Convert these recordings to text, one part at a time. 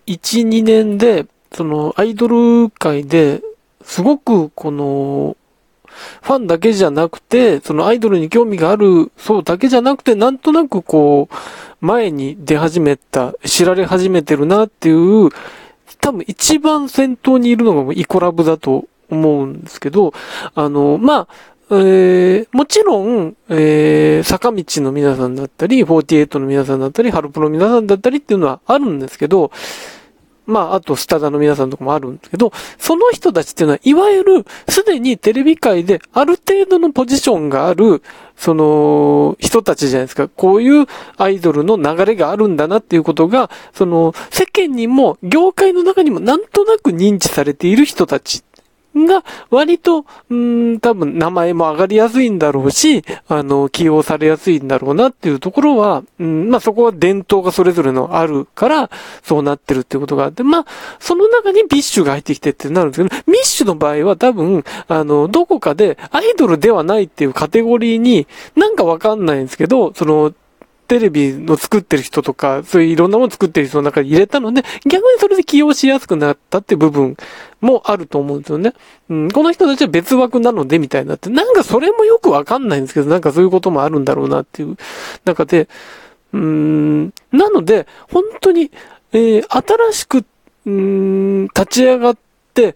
1、2年で、そのアイドル界ですごくこの、ファンだけじゃなくて、そのアイドルに興味がある層だけじゃなくて、なんとなくこう、前に出始めた、知られ始めてるなっていう、多分一番先頭にいるのがイコラブだと思うんですけど、まあ、もちろん、坂道の皆さんだったり、48の皆さんだったり、ハロプロの皆さんだったりっていうのはあるんですけど、まあ、あと、スタダの皆さんとかもあるんですけど、その人たちっていうのは、いわゆる、すでにテレビ界である程度のポジションがある、その、人たちじゃないですか。こういうアイドルの流れがあるんだなっていうことが、その、世間にも、業界の中にもなんとなく認知されている人たちが、割と、多分名前も上がりやすいんだろうし、起用されやすいんだろうなっていうところは、まあそこは伝統がそれぞれのあるから、そうなってるっていうことがあって、まあ、その中にビッシュが入ってきてってなるんですけど、ビッシュの場合は多分、どこかでアイドルではないっていうカテゴリーに、なんかわかんないんですけど、その、テレビの作ってる人とか、そういういろんなもの作ってる人の中に入れたので、逆にそれで起用しやすくなったって部分もあると思うんですよね。この人たちは別枠なのでみたいになって、なんかそれもよくわかんないんですけど、なんかそういうこともあるんだろうなっていう中で、なので、本当に、新しく、立ち上がって、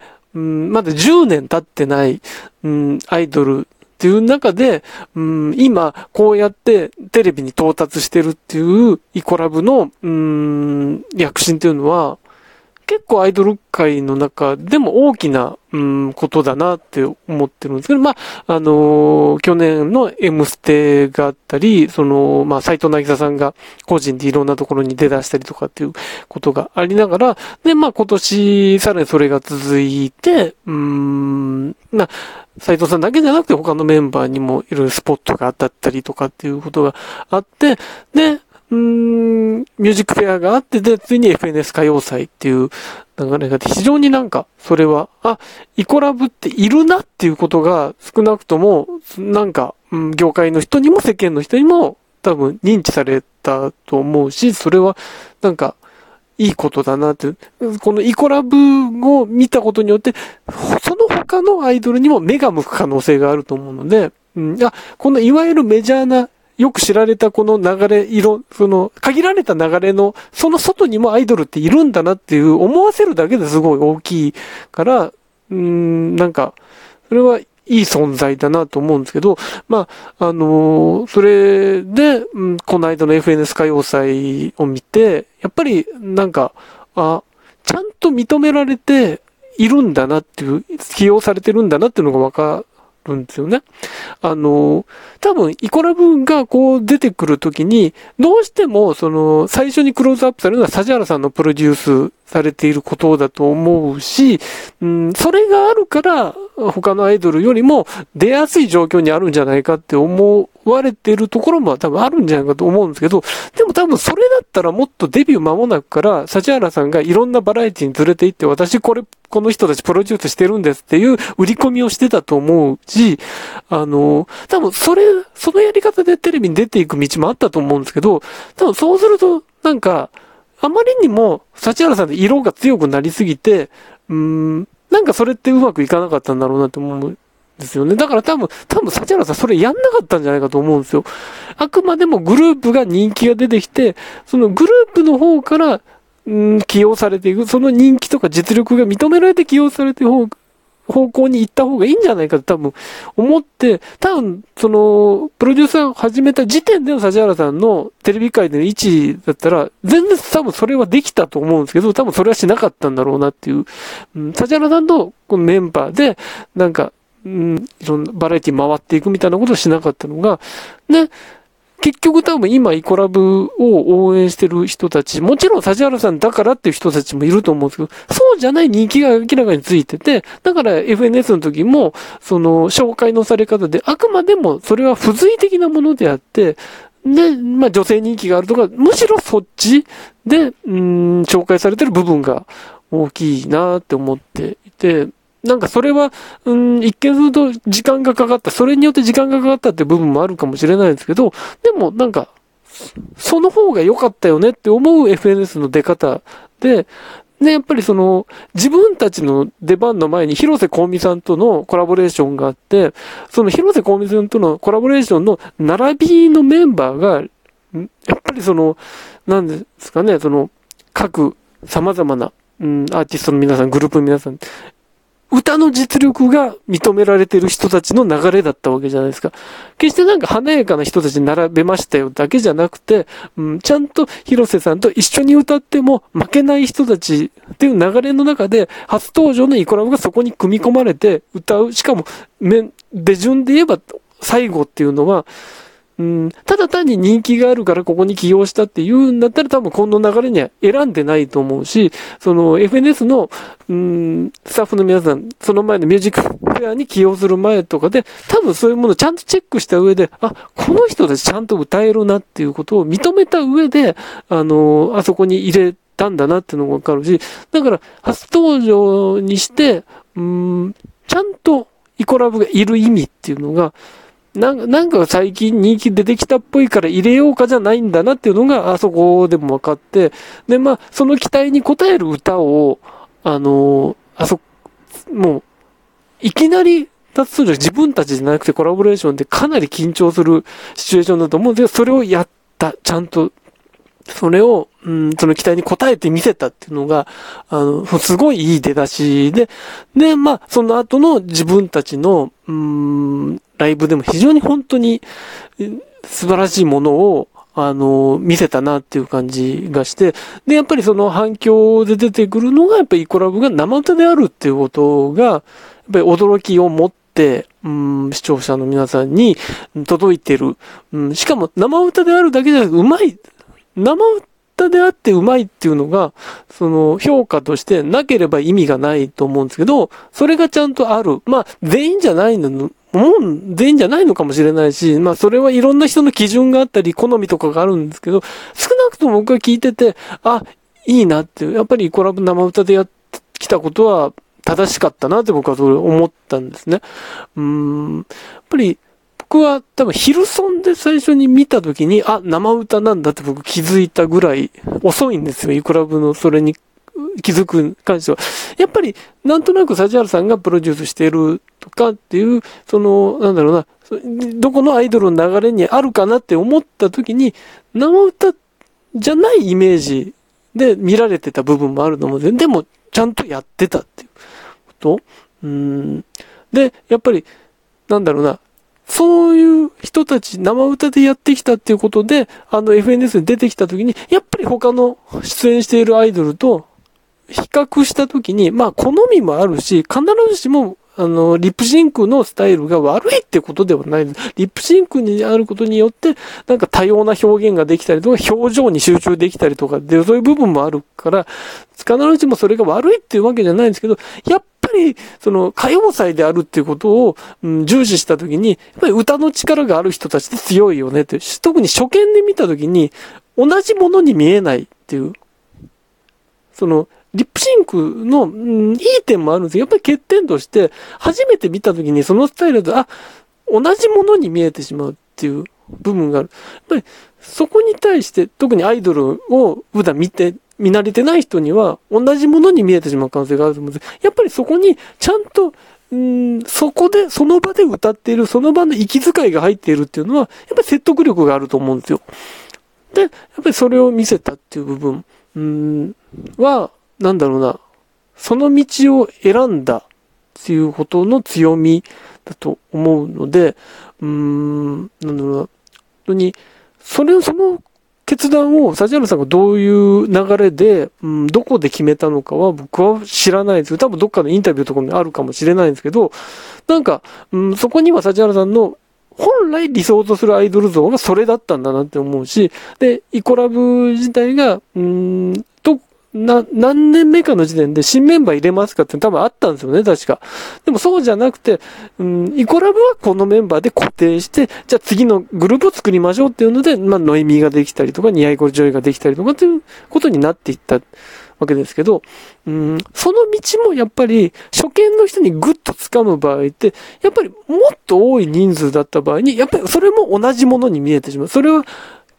まだ10年経ってない、アイドル、っていう中で、今、こうやってテレビに到達してるっていうイコラブの、躍進っていうのは、結構アイドル界の中でも大きな、ことだなって思ってるんですけど、まあ、去年の M ステがあったり、その、まあ、斉藤渚さんが個人でいろんなところに出だしたりとかっていうことがありながら、で、まあ、今年さらにそれが続いて、まあ、斉藤さんだけじゃなくて他のメンバーにもいろいろスポットが当たったりとかっていうことがあって、で、ミュージックフェアがあって、で、ついに FNS 歌謡祭っていう流れがあって、非常になんか、それは、イコラブっているなっていうことが少なくとも、なんか、業界の人にも世間の人にも多分認知されたと思うし、それは、なんか、いいことだなって、このイコラブを見たことによって、その他のアイドルにも目が向く可能性があると思うので、このいわゆるメジャーな、よく知られたこの流れ、その、限られた流れの、その外にもアイドルっているんだなっていう思わせるだけですごい大きいから、なんか、それはいい存在だなと思うんですけど、まあ、それで、この間の FNS 歌謡祭を見て、やっぱりなんか、ちゃんと認められているんだなっていう、起用されてるんだなっていうのがわかるんですよね。多分、イコラブがこう出てくるときに、どうしても、その、最初にクローズアップされるのは指原さんのプロデュースされていることだと思うし、それがあるから、他のアイドルよりも出やすい状況にあるんじゃないかって思われているところも多分あるんじゃないかと思うんですけど、でも多分それだったらもっとデビュー間もなくから、指原さんがいろんなバラエティに連れて行って、私この人たちプロデュースしてるんですっていう売り込みをしてたと思うし、多分そのやり方でテレビに出ていく道もあったと思うんですけど、多分そうすると、なんか、あまりにも、指原さんの色が強くなりすぎて、なんかそれってうまくいかなかったんだろうなと思うんですよね。だから多分指原さんそれやんなかったんじゃないかと思うんですよ。あくまでもグループが人気が出てきて、そのグループの方から、起用されていく、その人気とか実力が認められて起用されていく方向に行った方がいいんじゃないかと多分思って、多分そのプロデューサーを始めた時点での指原さんのテレビ界での位置だったら全然多分それはできたと思うんですけど、多分それはしなかったんだろうなっていう、指原さんとこのメンバーでなんか、いろんなバラエティ回っていくみたいなことをしなかったのが、ね、結局多分今イコラブを応援してる人たち、もちろん指原さんだからっていう人たちもいると思うんですけど、そうじゃない人気が明らかについてて、だから FNS の時も、その紹介のされ方で、あくまでもそれは付随的なものであって、で、まあ女性人気があるとか、むしろそっちで、紹介されてる部分が大きいなって思っていて、なんかそれは、一見すると時間がかかった、それによって時間がかかったって部分もあるかもしれないですけど、でもなんか、その方が良かったよねって思う FNS の出方で、やっぱり自分たちの出番の前に広瀬香美さんとのコラボレーションがあって、その広瀬香美さんとのコラボレーションの並びのメンバーが、やっぱりなんですかね、各様々な、アーティストの皆さん、グループの皆さん、歌の実力が認められてる人たちの流れだったわけじゃないですか。決してなんか華やかな人たちに並べましたよだけじゃなくて、ちゃんと広瀬さんと一緒に歌っても負けない人たちっていう流れの中で、初登場のイコラブがそこに組み込まれて歌う。しかも、出順で言えば最後っていうのは、ただ単に人気があるからここに起用したっていうんだったら多分この流れには選んでないと思うし、FNS の、スタッフの皆さん、その前のミュージックフェアに起用する前とかで、多分そういうものをちゃんとチェックした上で、この人たちちゃんと歌えるなっていうことを認めた上で、あそこに入れたんだなっていうのがわかるし、だから初登場にして、ちゃんとイコラブがいる意味っていうのが、なんか最近人気出てきたっぽいから入れようかじゃないんだなっていうのがあそこでも分かって、で、その期待に応える歌を、もう、いきなり達する自分たちじゃなくてコラボレーションでかなり緊張するシチュエーションだと思うんですけど、それをやった。ちゃんと、それを、その期待に応えてみせたっていうのが、すごいいい出だしで、その後の自分たちの、ライブでも非常に本当に素晴らしいものを、見せたなっていう感じがして、で、やっぱりその反響で出てくるのが、やっぱりイコラブが生歌であるっていうことが、やっぱり驚きを持って、視聴者の皆さんに届いてる。しかも生歌であるだけじゃなくて、うまい。生歌であってうまいっていうのが、評価としてなければ意味がないと思うんですけど、それがちゃんとある。全員じゃないの、全員じゃないのかもしれないし、それはいろんな人の基準があったり、好みとかがあるんですけど、少なくとも僕が聞いてて、いいなっていう、やっぱりイコラブ生歌でやってきたことは正しかったなって僕はそれ思ったんですね。やっぱり、僕は多分ヒルソンで最初に見たときに、生歌なんだって僕気づいたぐらい遅いんですよ。イコラブのそれに気づくに関しては。やっぱり、なんとなく指原さんがプロデュースしているとかっていう、どこのアイドルの流れにあるかなって思ったときに、生歌じゃないイメージで見られてた部分もあると思うんですよ。でも、ちゃんとやってたっていうこと。で、やっぱり、そういう人たち生歌でやってきたっていうことで、FNS に出てきたときに、やっぱり他の出演しているアイドルと比較したときに、好みもあるし、必ずしも、リップシンクのスタイルが悪いってことではない。リップシンクにあることによって、多様な表現ができたりとか、表情に集中できたりとかで、そういう部分もあるから、必ずしもそれが悪いっていうわけじゃないんですけど、やっぱり、歌謡祭であるっていうことを、重視したときに、やっぱり歌の力がある人たちって強いよねって、特に初見で見たときに、同じものに見えないっていう、リップシンクの、いい点もあるんですけど、やっぱり欠点として、初めて見たときにそのスタイルで、同じものに見えてしまうっていう部分がある。やっぱり、そこに対して、特にアイドルを普段見慣れてない人には、同じものに見えてしまう可能性があると思うんです。やっぱりそこに、ちゃんと、そこで、その場で歌っている、その場の息遣いが入っているっていうのは、やっぱり説得力があると思うんですよ。で、やっぱりそれを見せたっていう部分、は、その道を選んだっていうことの強みだと思うので、本当に、その決断を指原さんがどういう流れで、どこで決めたのかは僕は知らないですけど、多分どっかのインタビューとかにあるかもしれないんですけど、そこには指原さんの本来理想とするアイドル像がそれだったんだなって思うし、で、イコラブ自体が、何年目かの時点で新メンバー入れますかって多分あったんですよね、確か。でもそうじゃなくて、イコラブはこのメンバーで固定して、じゃあ次のグループを作りましょうっていうので、ノエミーができたりとか、ニアイコジョイができたりとかっていうことになっていったわけですけど、その道もやっぱり初見の人にグッと掴む場合って、やっぱりもっと多い人数だった場合に、やっぱりそれも同じものに見えてしまう。それは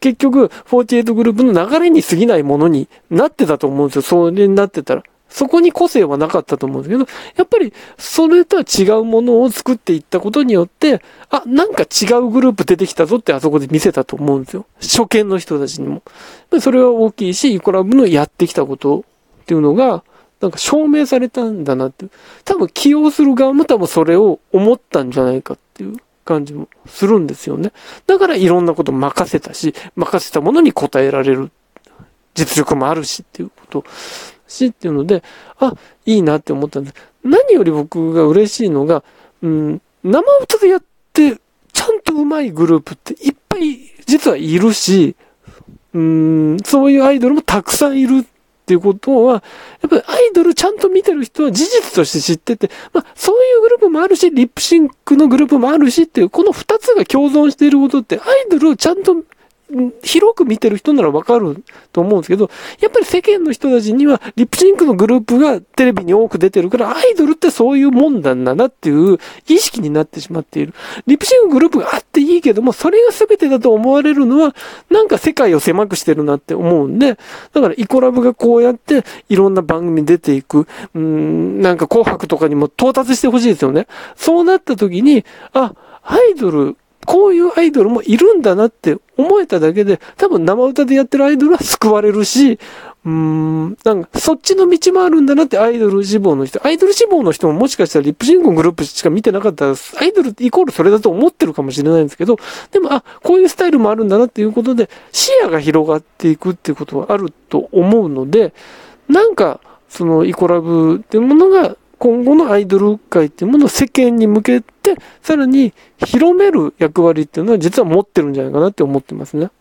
結局、48グループの流れに過ぎないものになってたと思うんですよ。それになってたら。そこに個性はなかったと思うんですけど、やっぱりそれとは違うものを作っていったことによって、あ、なんか違うグループ出てきたぞってあそこで見せたと思うんですよ。初見の人たちにも。それは大きいし、イコラブのやってきたことっていうのが、なんか証明されたんだなって。多分起用する側も多分それを思ったんじゃないかっていう感じもするんですよね。だからいろんなこと任せたし、任せたものに応えられる実力もあるしっていうことしっていうので、あ、いいなって思ったんです。何より僕が嬉しいのが、生歌でやって、ちゃんと上手いグループっていっぱい実はいるし、そういうアイドルもたくさんいるっていうことは、やっぱりアイドルちゃんと見てる人は事実として知ってて、まあそういうグループもあるし、リップシンクのグループもあるしっていう、この二つが共存していることって、アイドルをちゃんと広く見てる人ならわかると思うんですけど、やっぱり世間の人たちにはリップシンクのグループがテレビに多く出てるから、アイドルってそういうもんなんだなっていう意識になってしまっている。リップシンクグループがあっていいけども、それが全てだと思われるのは、なんか世界を狭くしてるなって思うんで、だからイコラブがこうやっていろんな番組に出ていく、なんか紅白とかにも到達してほしいですよね。そうなった時に、あ、アイドル、こういうアイドルもいるんだなって思えただけで、多分生歌でやってるアイドルは救われるし、なんかそっちの道もあるんだなってアイドル志望の人、アイドル志望の人ももしかしたらリップシンクのグループしか見てなかったら、アイドルイコールそれだと思ってるかもしれないんですけど、でも、あ、こういうスタイルもあるんだなっていうことで、視野が広がっていくっていうことはあると思うので、なんか、そのイコラブっていうものが、今後のアイドル界っていうものを世間に向けて、さらに広める役割っていうのは実は持ってるんじゃないかなって思ってますね。